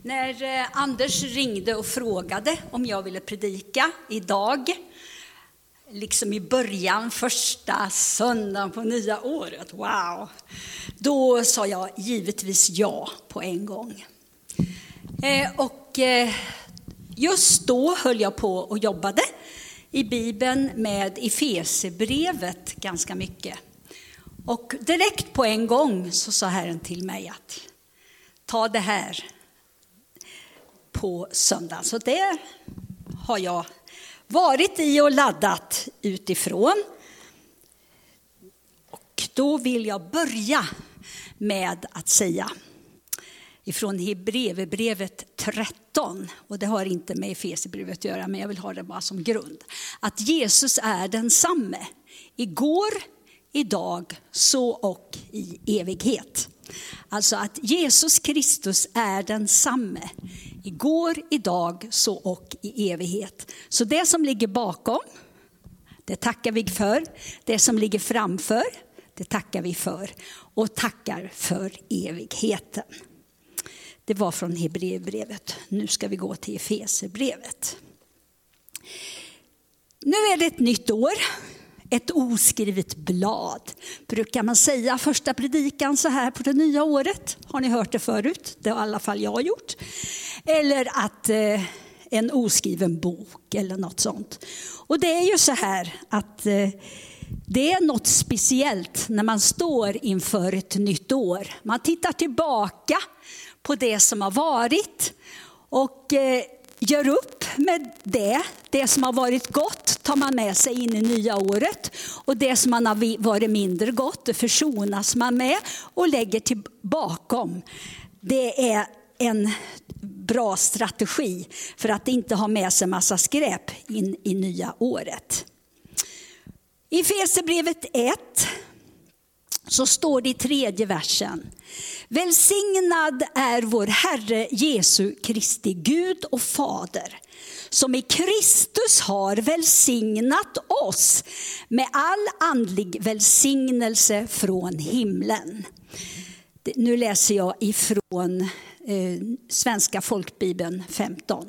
När Anders ringde och frågade om jag ville predika idag, liksom i början, första söndagen på nya året, wow, då sa jag givetvis ja på en gång. Just då höll jag på och jobbade i Bibeln med Efesierbrevet ganska mycket. Och direkt på en gång så sa Herren till mig att ta det här på söndag. Så det har jag varit i och laddat utifrån. Och då vill jag börja med att säga ifrån Hebreerbrevet 13, och det har inte med Efesierbrevet att göra, men jag vill ha det bara som grund. Att Jesus är densamme, igår, idag, så och i evighet. Alltså att Jesus Kristus är densamme, igår, idag, så och i evighet. Så det som ligger bakom, det tackar vi för. Det som ligger framför, det tackar vi för. Och tackar för evigheten. Det var från Hebreerbrevet. Nu ska vi gå till Efesierbrevet. Nu är det ett nytt år. Ett oskrivet blad. Brukar man säga första predikan så här på det nya året? Har ni hört det förut? Det har i alla fall jag gjort. Eller att en oskriven bok eller något sånt. Och det är ju så här att det är något speciellt när man står inför ett nytt år. Man tittar tillbaka på det som har varit och gör upp med det som har varit gott tar man med sig in i nya året. Och det som har varit mindre gott, det försonas man med och lägger till bakom. Det är en bra strategi för att inte ha med sig massa skräp in i nya året. I Efesierbrevet 1 så står det i 3:e versen. Välsignad är vår Herre Jesu Kristi Gud och Fader, som i Kristus har välsignat oss med all andlig välsignelse från himlen. Nu läser jag ifrån Svenska folkbibeln 15.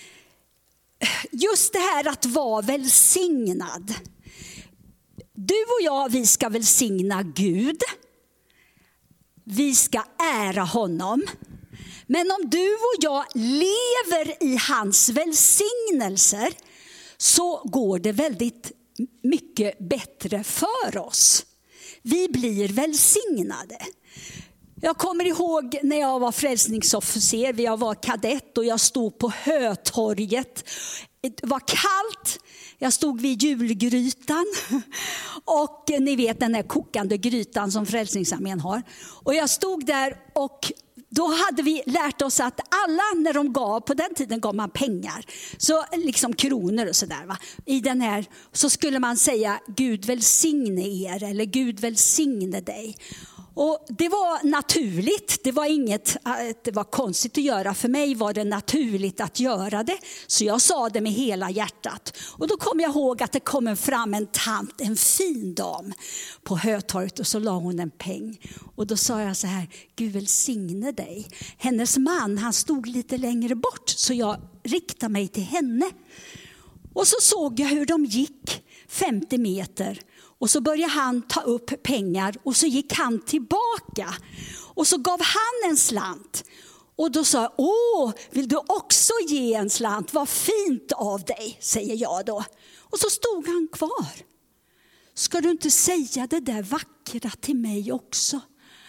Just det här att vara välsignad. Du och jag, vi ska välsigna Gud. Vi ska ära honom. Men om du och jag lever i hans välsignelser så går det väldigt mycket bättre för oss. Vi blir välsignade. Jag kommer ihåg när jag var frälsningsofficer, jag var kadett och jag stod på Hötorget. Det var kallt, jag stod vid julgrytan och ni vet den här kokande grytan som Frälsningsarmén har. Och jag stod där och då hade vi lärt oss att alla när de gav, på den tiden gav man pengar, så liksom kronor och sådär va. I den här så skulle man säga Gud välsigne er eller Gud välsigne dig. Och det var naturligt, det var konstigt att göra. För mig var det naturligt att göra det. Så jag sa det med hela hjärtat. Och då kom jag ihåg att det kom fram en tant, en fin dam på Hötorget. Och så la hon en peng. Och då sa jag så här, Gud välsigne dig. Hennes man, han stod lite längre bort. Så jag riktade mig till henne. Och så såg jag hur de gick 50 meter. Och så började han ta upp pengar och så gick han tillbaka. Och så gav han en slant. Och då sa jag, vill du också ge en slant? Vad fint av dig, säger jag då. Och så stod han kvar. Ska du inte säga det där vackra till mig också?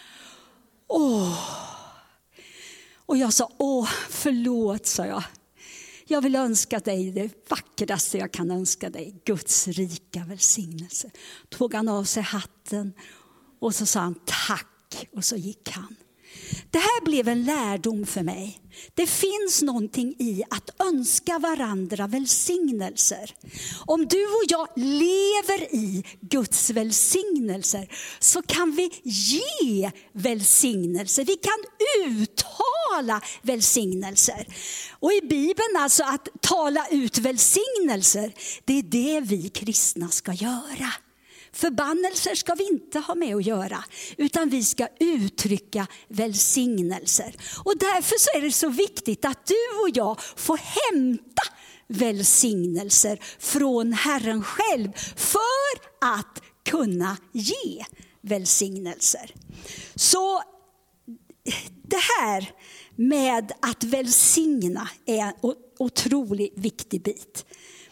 Och jag sa, förlåt, sa jag. Jag vill önska dig det vackraste jag kan önska dig. Guds rika välsignelse. Tog han av sig hatten och så sa han tack och så gick han. Det här blev en lärdom för mig. Det finns någonting i att önska varandra välsignelser. Om du och jag lever i Guds välsignelser så kan vi ge välsignelser. Vi kan uttala välsignelser. Och i Bibeln alltså att tala ut välsignelser, det är det vi kristna ska göra. Förbannelser ska vi inte ha med att göra, utan vi ska uttrycka välsignelser. Och därför så är det så viktigt att du och jag får hämta välsignelser från Herren själv för att kunna ge välsignelser. Så det här med att välsigna är en otroligt viktig bit.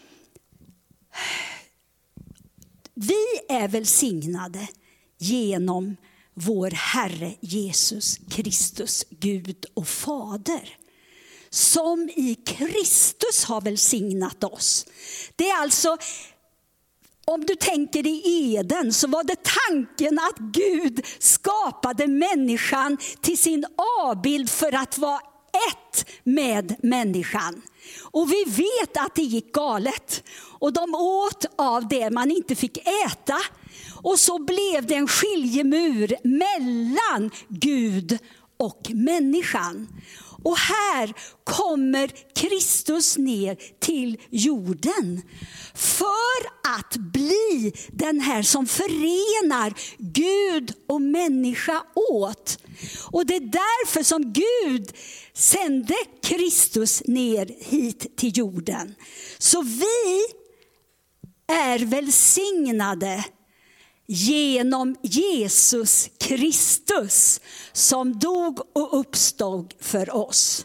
Vi är välsignade genom vår Herre Jesus Kristus, Gud och Fader, som i Kristus har välsignat oss. Det är alltså, om du tänker i Eden, så var det tanken att Gud skapade människan till sin avbild för att vara ett med människan. Och vi vet att det gick galet. Och de åt av det man inte fick äta. Och så blev det en skiljemur mellan Gud och människan. Och här kommer Kristus ner till jorden för att bli den här som förenar Gud och människa åt. Och det är därför som Gud sände Kristus ner hit till jorden. Så vi är välsignade genom Jesus Kristus som dog och uppstod för oss.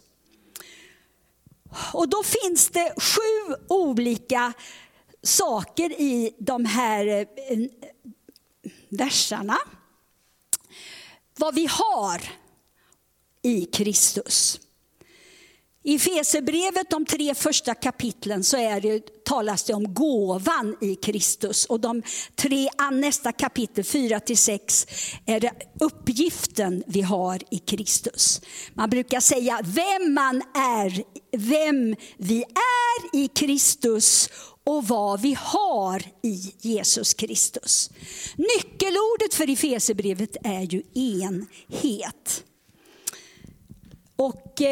Och då finns det 7 olika saker i de här versarna. Vad vi har i Kristus. I Efesierbrevet, de 3 första kapitlen, så talas det om gåvan i Kristus. Och de 3 nästa kapitel, 4-6, är det uppgiften vi har i Kristus. Man brukar säga vem vi är i Kristus och vad vi har i Jesus Kristus. Nyckelordet för Efesierbrevet är ju enhet. Och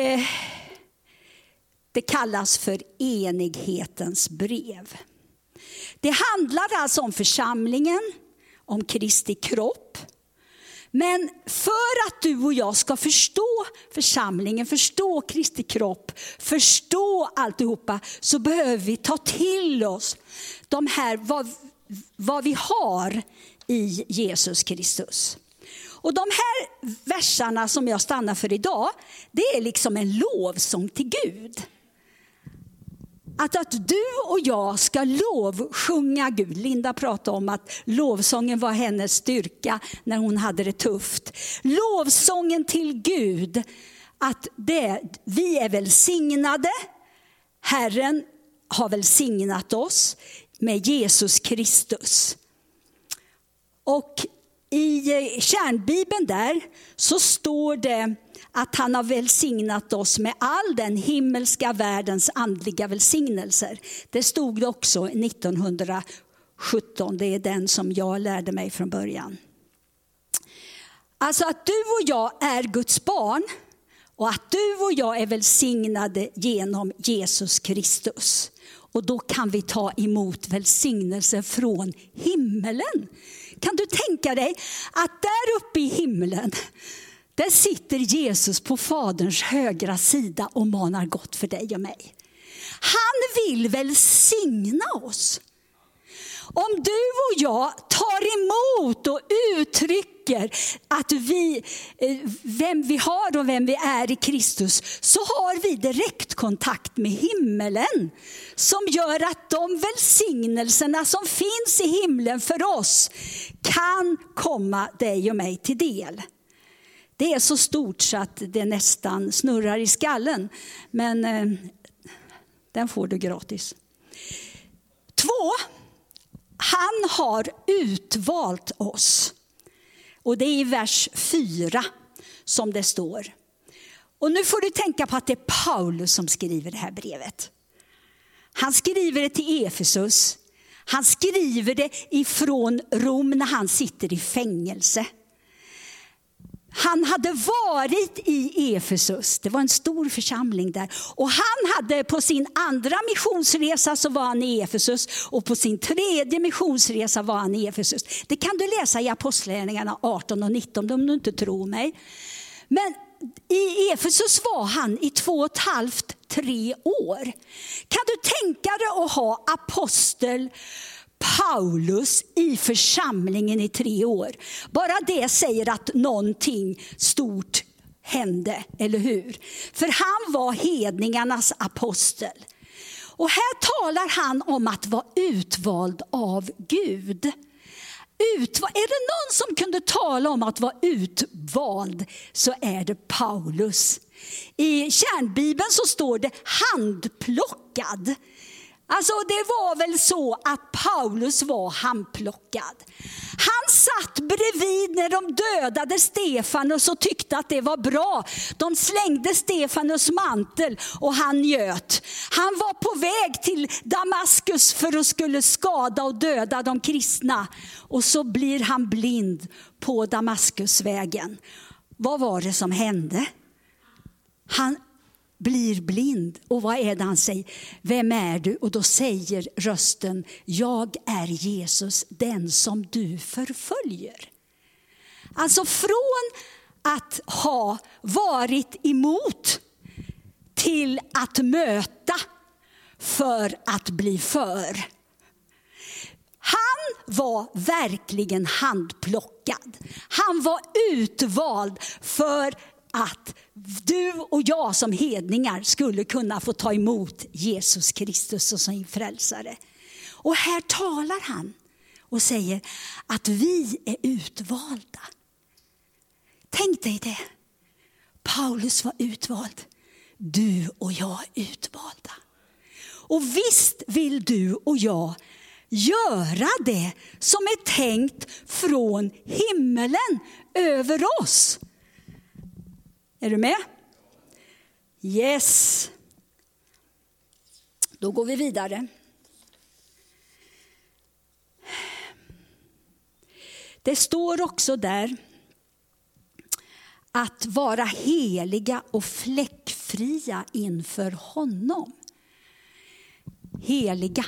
det kallas för enighetens brev. Det handlar alltså om församlingen, om Kristi kropp. Men för att du och jag ska förstå församlingen, förstå Kristi kropp, förstå alltihopa, så behöver vi ta till oss de här, vad vi har i Jesus Kristus. Och de här verserna som jag stannar för idag, det är liksom en lovsång till Gud. Att du och jag ska lovsjunga Gud. Linda pratade om att lovsången var hennes styrka när hon hade det tufft. Lovsången till Gud, att vi är välsignade. Herren har välsignat oss med Jesus Kristus. Och i kärnbibeln där så står det att han har välsignat oss med all den himmelska världens andliga välsignelser. Det stod också 1917, det är den som jag lärde mig från början. Alltså att du och jag är Guds barn och att du och jag är välsignade genom Jesus Kristus. Och då kan vi ta emot välsignelse från himmelen. Kan du tänka dig att där uppe i himlen, där sitter Jesus på Faderns högra sida och manar gott för dig och mig. Han vill välsigna oss. Om du och jag tar emot och uttrycker att vem vi har och vem vi är i Kristus, så har vi direktkontakt med himmelen som gör att de välsignelserna som finns i himlen för oss kan komma dig och mig till del. Det är så stort så att det nästan snurrar i skallen, men den får du gratis. 2. Han har utvalt oss. Och det är i vers 4 som det står. Och nu får du tänka på att det är Paulus som skriver det här brevet. Han skriver det till Efesus. Han skriver det ifrån Rom när han sitter i fängelse. han hade varit i Efesus. Det var en stor församling där. Och han hade på sin andra missionsresa så var han i Efesus. Och på sin tredje missionsresa var han i Efesus. Det kan du läsa i Apostlagärningarna 18 och 19 om du inte tror mig. Men i Efesus var han i 2,5-3 år. Kan du tänka dig att ha apostel Paulus i församlingen i 3 år? Bara det säger att någonting stort hände, eller hur? För han var hedningarnas apostel. Och här talar han om att vara utvald av Gud. Är det någon som kunde tala om att vara utvald, så är det Paulus. I kärnbibeln så står det handplockad. Alltså det var väl så att Paulus var handplockad. Han satt bredvid när de dödade Stefanus och tyckte att det var bra. De slängde Stefanus mantel och han njöt. Han var på väg till Damaskus för att skulle skada och döda de kristna. Och så blir han blind på Damaskusvägen. Vad var det som hände? Han blir blind. Och vad är det han säger? Vem är du? Och då säger rösten: jag är Jesus, den som du förföljer. Alltså från att ha varit emot till att möta för att bli för. Han var verkligen handplockad. Han var utvald för att du och jag som hedningar skulle kunna få ta emot Jesus Kristus som sin frälsare. Och här talar han och säger att vi är utvalda. Tänk dig det. Paulus var utvald. Du och jag är utvalda. Och visst vill du och jag göra det som är tänkt från himmelen över oss. Är du med? Yes. Då går vi vidare. Det står också där att vara heliga och fläckfria inför honom. Heliga.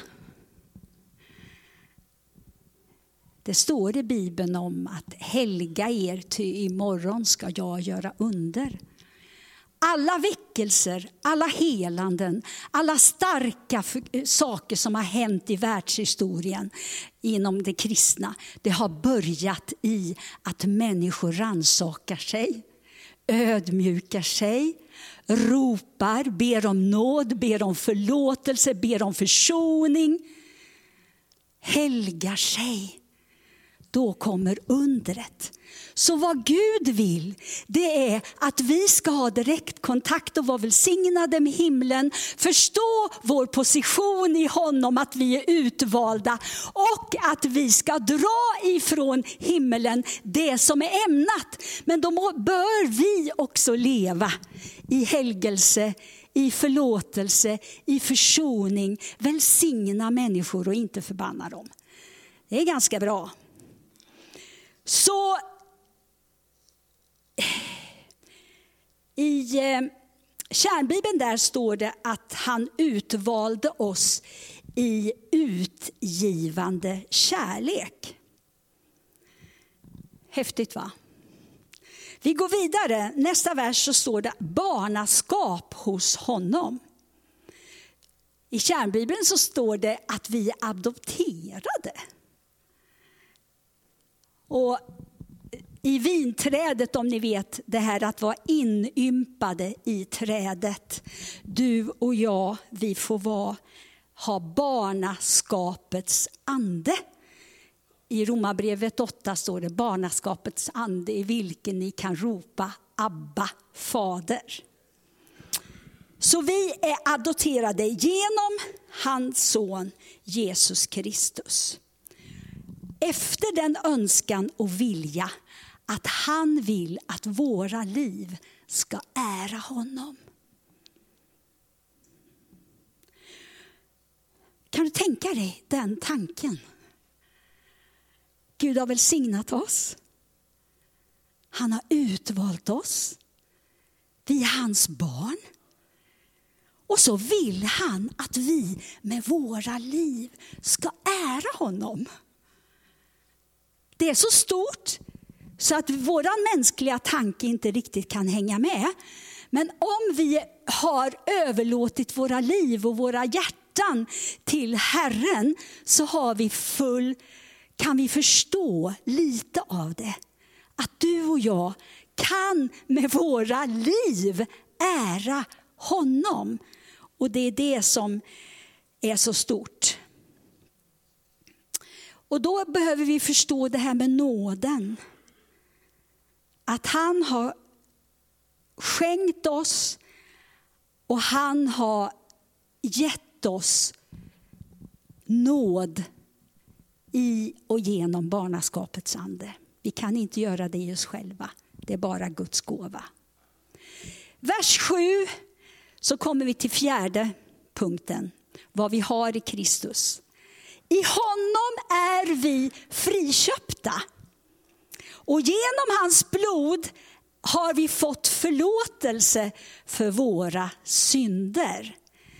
Det står i Bibeln om att helga er, ty imorgon ska jag göra under. Alla väckelser, alla helanden, alla starka saker som har hänt i världshistorien inom det kristna, det har börjat i att människor rannsakar sig, ödmjukar sig, ropar, ber om nåd, ber om förlåtelse, ber om försoning, helgar sig. Då kommer undret. Så vad Gud vill, det är att vi ska ha direktkontakt och vara välsignade med himlen. Förstå vår position i honom, att vi är utvalda. Och att vi ska dra ifrån himlen det som är ämnat. Men då bör vi också leva i helgelse, i förlåtelse, i försoning. Välsigna människor och inte förbanna dem. Det är ganska bra. Så i kärnbibeln där står det att han utvalde oss i utgivande kärlek. Häftigt, va? Vi går vidare. Nästa vers så står det barnaskap hos honom. I kärnbibeln så står det att vi är adopterade. Och i vinträdet, om ni vet det här att vara inympade i trädet. Du och jag, vi får ha barnaskapets ande. I Romarbrevet 8 står det barnaskapets ande i vilken ni kan ropa Abba, fader. Så vi är adopterade genom hans son Jesus Kristus. Efter den önskan och vilja att han vill att våra liv ska ära honom. Kan du tänka dig den tanken? Gud har välsignat oss. Han har utvalt oss. Vi är hans barn. Och så vill han att vi med våra liv ska ära honom. Det är så stort så att vår mänskliga tanke inte riktigt kan hänga med. Men om vi har överlåtit våra liv och våra hjärtan till Herren, så kan vi förstå lite av det. Att du och jag kan med våra liv ära honom. Och det är det som är så stort. Och då behöver vi förstå det här med nåden. Att han har skänkt oss och han har gett oss nåd i och genom barnaskapets ande. Vi kan inte göra det i oss själva. Det är bara Guds gåva. Vers 7 så kommer vi till 4:e punkten. Vad vi har i Kristus. I honom är vi friköpta. Och genom hans blod har vi fått förlåtelse för våra synder.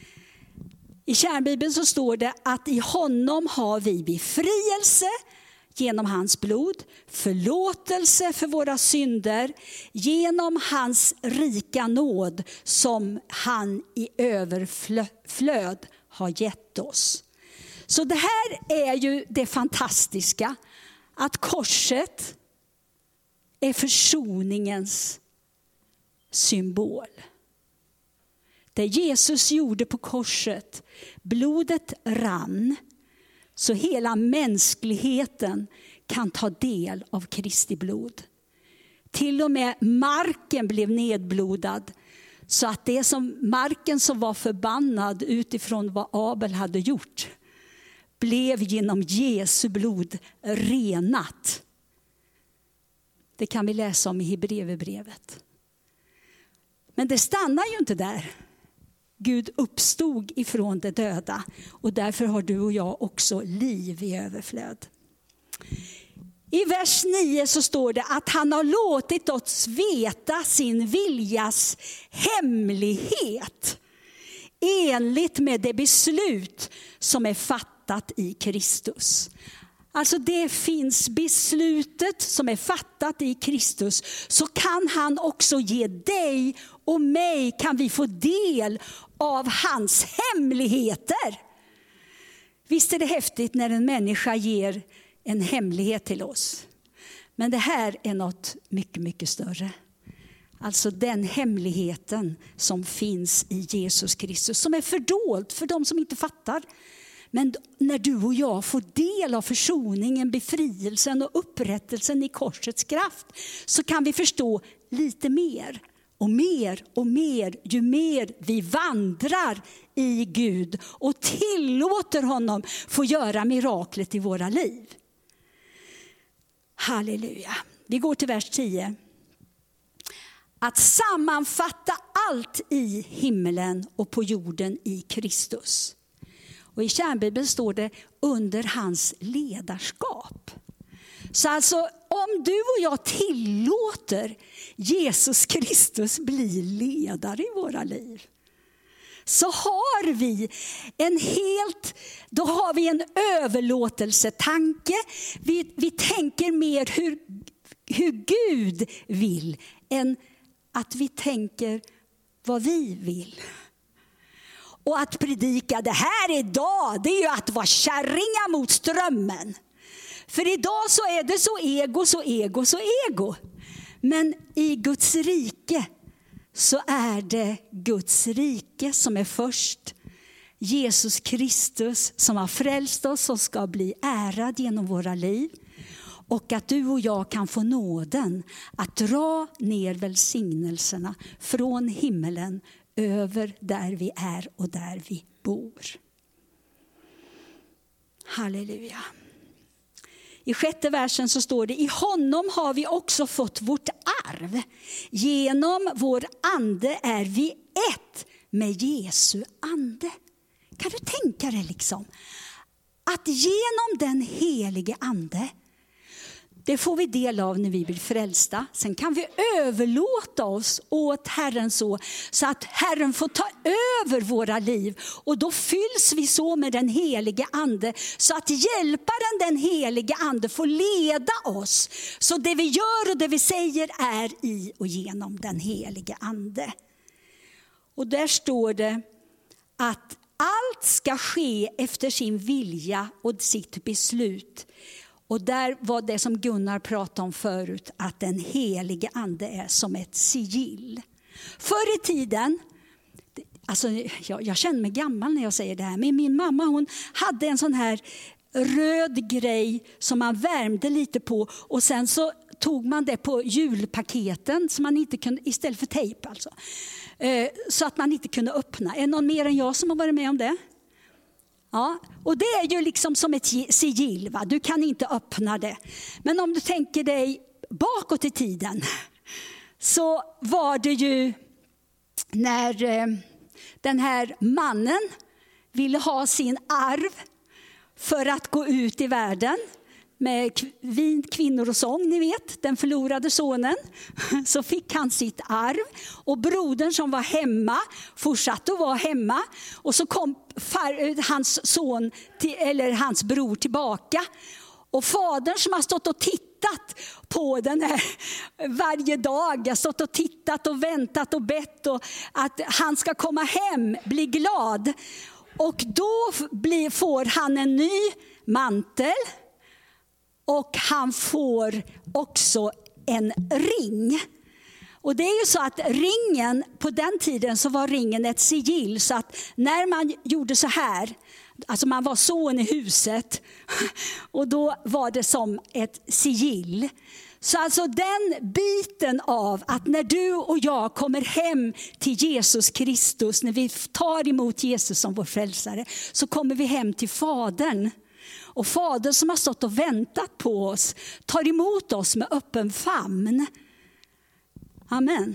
I kärnbibeln så står det att i honom har vi befrielse genom hans blod, förlåtelse för våra synder genom hans rika nåd som han i överflöd har gett oss. Så det här är ju det fantastiska, att korset är försoningens symbol. Det Jesus gjorde på korset, blodet rann så hela mänskligheten kan ta del av Kristi blod. Till och med marken blev nedblodad, så att det som marken som var förbannad utifrån vad Abel hade gjort blev genom Jesu blod renat. Det kan vi läsa om i Hebreerbrevet. Men det stannar ju inte där. Gud uppstod ifrån de döda och därför har du och jag också liv i överflöd. I vers 9 så står det att han har låtit oss veta sin viljas hemlighet enligt med det beslut som är fattat i Kristus. Alltså det finns beslutet som är fattat i Kristus, så kan han också ge dig och mig, kan vi få del av hans hemligheter. Visst är det häftigt när en människa ger en hemlighet till oss. Men det här är något mycket, mycket större. Alltså den hemligheten som finns i Jesus Kristus, som är fördold för de som inte fattar. Men när du och jag får del av försoningen, befrielsen och upprättelsen i korsets kraft, så kan vi förstå lite mer och mer och mer ju mer vi vandrar i Gud och tillåter honom få göra miraklet i våra liv. Halleluja. Vi går till vers 10. Att sammanfatta allt i himlen och på jorden i Kristus. Och i kärnbibeln står det under hans ledarskap. Så alltså om du och jag tillåter Jesus Kristus bli ledare i våra liv, så har vi en överlåtelsetanke. Vi tänker mer hur Gud vill än att vi tänker vad vi vill. Och att predika det här idag, det är ju att vara kärringar mot strömmen. För idag så är det så ego. Men i Guds rike så är det Guds rike som är först. Jesus Kristus som har frälst oss och ska bli ärad genom våra liv. Och att du och jag kan få nåden att dra ner välsignelserna från himmelen över där vi är och där vi bor. Halleluja. I 6:e versen så står det: i honom har vi också fått vårt arv. Genom vår ande är vi ett med Jesu ande. Kan du tänka dig liksom? Att genom den helige ande, Det får vi del av när vi blir frälsta. Sen kan vi överlåta oss åt Herren så att Herren får ta över våra liv. Och då fylls vi så med den helige ande. Så att hjälparen, den helige ande, får leda oss. Så det vi gör och det vi säger är i och genom den helige ande. Och där står det att allt ska ske efter sin vilja och sitt beslut. Och där var det som Gunnar pratade om förut, att den helige ande är som ett sigill. Förr i tiden, alltså jag känner mig gammal när jag säger det här, men min mamma, hon hade en sån här röd grej som man värmde lite på, och sen så tog man det på julpaketen så man inte kunde, istället för tejp alltså, så att man inte kunde öppna. Är någon mer än jag som har varit med om det? Ja, och det är ju liksom som ett sigill, va? Du kan inte öppna det. Men om du tänker dig bakåt i tiden, så var det ju när den här mannen ville ha sin arv för att gå ut i världen med vin, kvinnor och sång, ni vet, den förlorade sonen, så fick han sitt arv. Och brodern som var hemma fortsatte att vara hemma, och så kom hans son eller hans bror tillbaka. Och fadern som har stått och tittat på den här varje dag, har stått och tittat och väntat och bett och att han ska komma hem, bli glad. Och då får han en ny mantel. Och han får också en ring. Och det är ju så att ringen, på den tiden så var ringen ett sigill. Så att när man gjorde så här, alltså man var son i huset, och då var det som ett sigill. Så alltså den biten av att när du och jag kommer hem till Jesus Kristus, när vi tar emot Jesus som vår frälsare, så kommer vi hem till Fadern. Och Fadern som har stått och väntat på oss tar emot oss med öppen famn. Amen.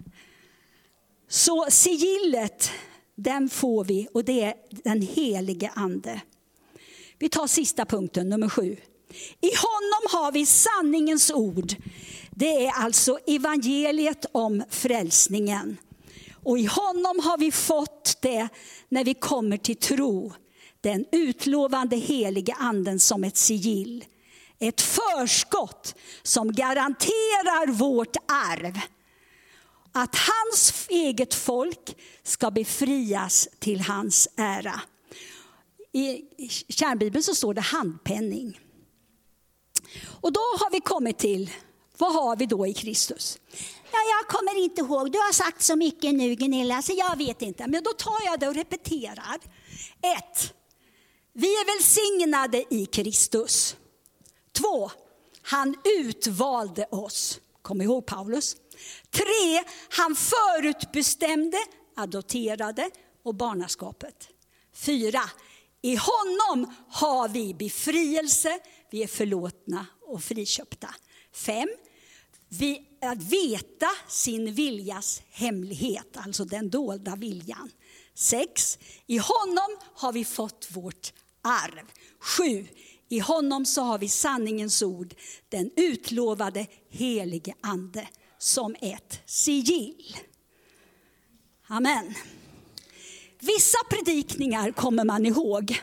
Så sigillet, den får vi, och det är den helige ande. Vi tar sista punkten, nummer 7. I honom har vi sanningens ord. Det är alltså evangeliet om frälsningen. Och i honom har vi fått det när vi kommer till tro. Den utlovande helige anden som ett sigill. Ett förskott som garanterar vårt arv. Att hans eget folk ska befrias till hans ära. I kärnbibeln så står det handpenning. Och då har vi kommit till, vad har vi då i Kristus? Ja, jag kommer inte ihåg, du har sagt så mycket nu Gunilla, så jag vet inte. Men då tar jag det och repeterar. 1. Vi är välsignade i Kristus. 2. Han utvalde oss. Kom ihåg Paulus. 3. Han förutbestämde, adopterade och barnaskapet. 4. I honom har vi befrielse, vi är förlåtna och friköpta. 5. Att veta sin viljas hemlighet, alltså den dolda viljan. 6. I honom har vi fått vårt arv. 7. I honom så har vi sanningens ord, den utlovade helige ande som ett sigill. Amen. Vissa predikningar kommer man ihåg.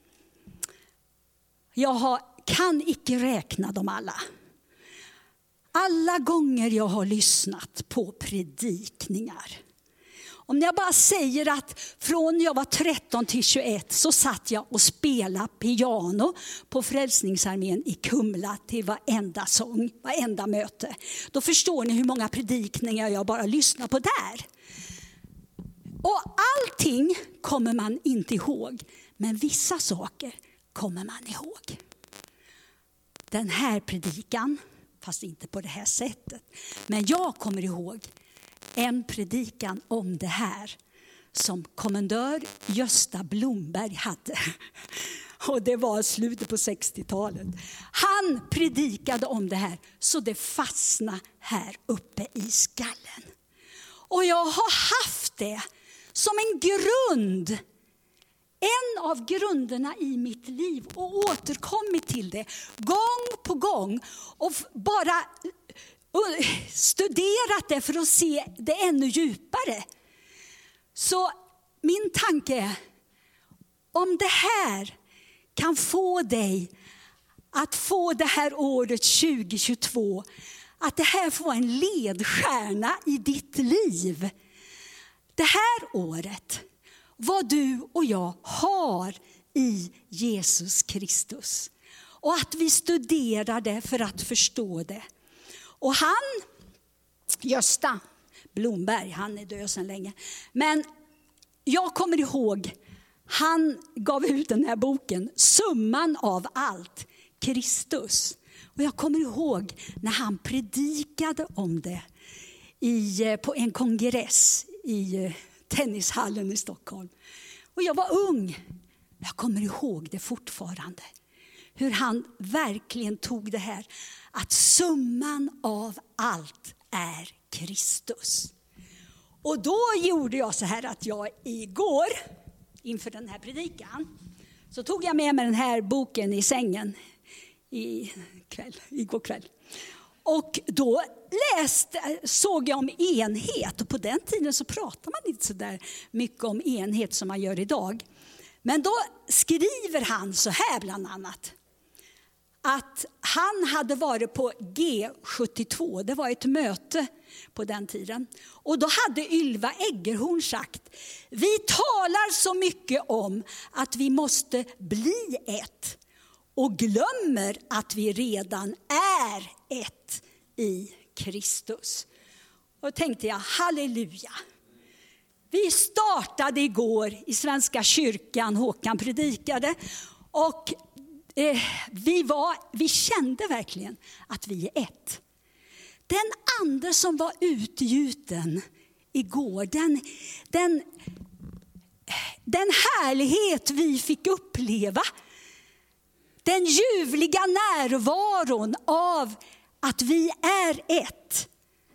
Jag kan icke räkna dem alla. Alla gånger jag har lyssnat på predikningar. Om jag bara säger att från jag var 13 till 21 så satt jag och spelade piano på Frälsningsarmén i Kumla till varenda sång, varenda möte. Då förstår ni hur många predikningar jag bara lyssnar på där. Och allting kommer man inte ihåg, men vissa saker kommer man ihåg. Den här predikan, fast inte på det här sättet, men jag kommer ihåg en predikan om det här som kommendör Gösta Blomberg hade. Och det var slutet på 60-talet. Han predikade om det här så det fastnade här uppe i skallen. Och jag har haft det som en grund en av grunderna i mitt liv och återkommit till det gång på gång och bara studerat det för att se det ännu djupare. Så min tanke är, om det här kan få dig att få det här året 2022, att det här får en ledstjärna i ditt liv. Det här året, vad du och jag har i Jesus Kristus. Och att vi studerar det för att förstå det. Och han, Gösta Blomberg, han är död sedan länge. Men jag kommer ihåg, han gav ut den här boken, Summan av allt, Kristus. Och jag kommer ihåg när han predikade om det på en kongress i tennishallen i Stockholm. Och jag var ung. Jag kommer ihåg det fortfarande. Hur han verkligen tog det här. Att summan av allt är Kristus. Och då gjorde jag så här att jag igår, inför den här predikan, så tog jag med mig den här boken i sängen igår kväll. Och då såg jag om enhet. Och på den tiden så pratade man inte så där mycket om enhet som man gör idag. Men då skriver han så här bland annat. Att han hade varit på G72. Det var ett möte på den tiden. Och då hade Ylva Eggerhorn sagt. Vi talar så mycket om att vi måste bli ett. Och glömmer att vi redan är ett i Kristus. Och då tänkte jag, halleluja. Vi startade igår i Svenska kyrkan, Håkan predikade. Och vi kände verkligen att vi är ett. Den andra som var utgjuten igår, den härlighet vi fick uppleva, den ljuvliga närvaron av att vi är ett.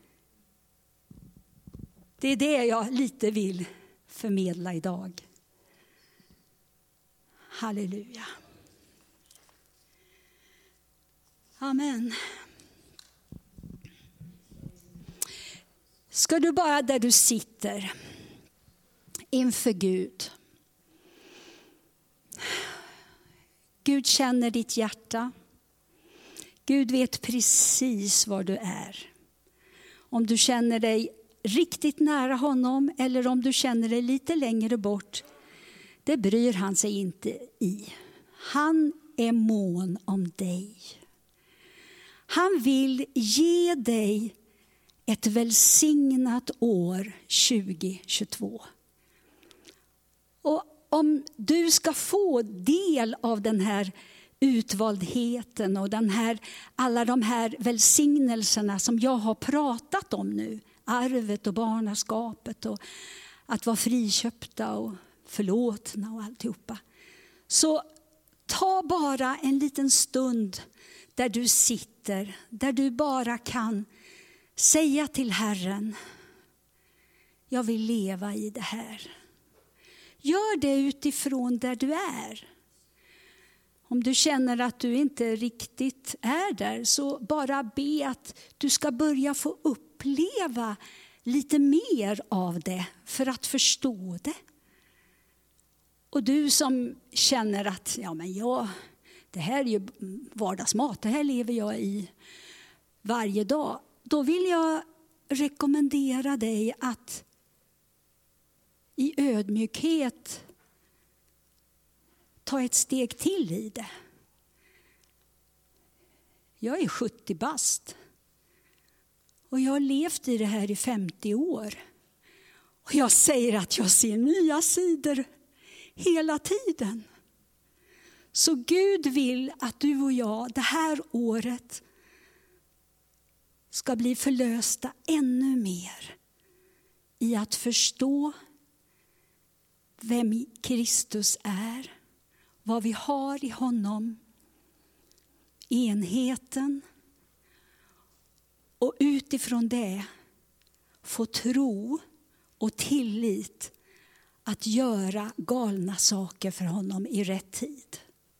Det är det jag lite vill förmedla idag. Halleluja. Amen. Ska du bara där du sitter inför Gud. Gud känner ditt hjärta. Gud vet precis var du är. Om du känner dig riktigt nära honom eller om du känner dig lite längre bort. Det bryr han sig inte i. Han är mån om dig. Han vill ge dig ett välsignat år 2022. Och om du ska få del av den här utvaldheten och alla de här välsignelserna som jag har pratat om nu. Arvet och barnaskapet och att vara friköpta och förlåtna och alltihopa. Så ta bara en liten stund där du sitter, där du bara kan säga till Herren, jag vill leva i det här. Gör det utifrån där du är. Om du känner att du inte riktigt är där, så bara be att du ska börja få uppleva lite mer av det för att förstå det. Och du som känner att det här är ju vardagsmat, det här lever jag i varje dag. Då vill jag rekommendera dig att i ödmjukhet ta ett steg till i det. Jag är 70 bast. Och jag har levt i det här i 50 år. Och jag säger att jag ser nya sidor hela tiden. Så Gud vill att du och jag det här året ska bli förlösta ännu mer i att förstå vem Kristus är, vad vi har i honom, enheten, och utifrån det få tro och tillit att göra galna saker för honom i rätt tid.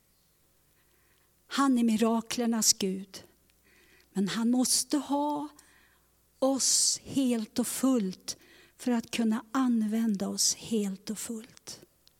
Han är miraklernas Gud. Men han måste ha oss helt och fullt för att kunna använda oss helt och fullt.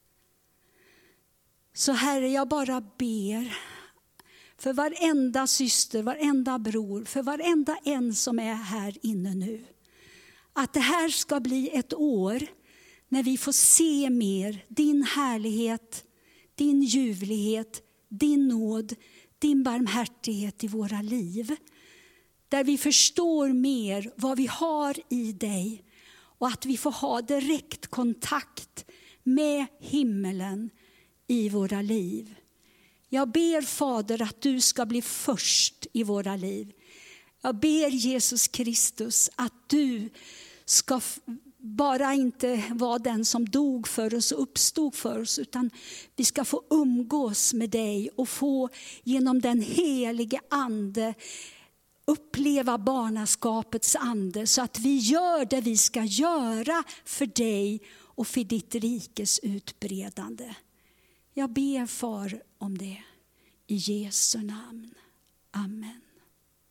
Så Herre, jag bara ber för varenda syster, varenda bror, för varenda en som är här inne nu. Att det här ska bli ett år när vi får se mer din härlighet, din ljuvlighet, din nåd, din barmhärtighet i våra liv. Där vi förstår mer vad vi har i dig och att vi får ha direkt kontakt med himmelen i våra liv. Jag ber Fader att du ska bli först i våra liv. Jag ber Jesus Kristus att du ska bara inte vara den som dog för oss och uppstod för oss, utan vi ska få umgås med dig och få genom den helige ande uppleva barnaskapets ande, så att vi gör det vi ska göra för dig och för ditt rikes utbredande. Jag ber Far om det i Jesu namn. Amen.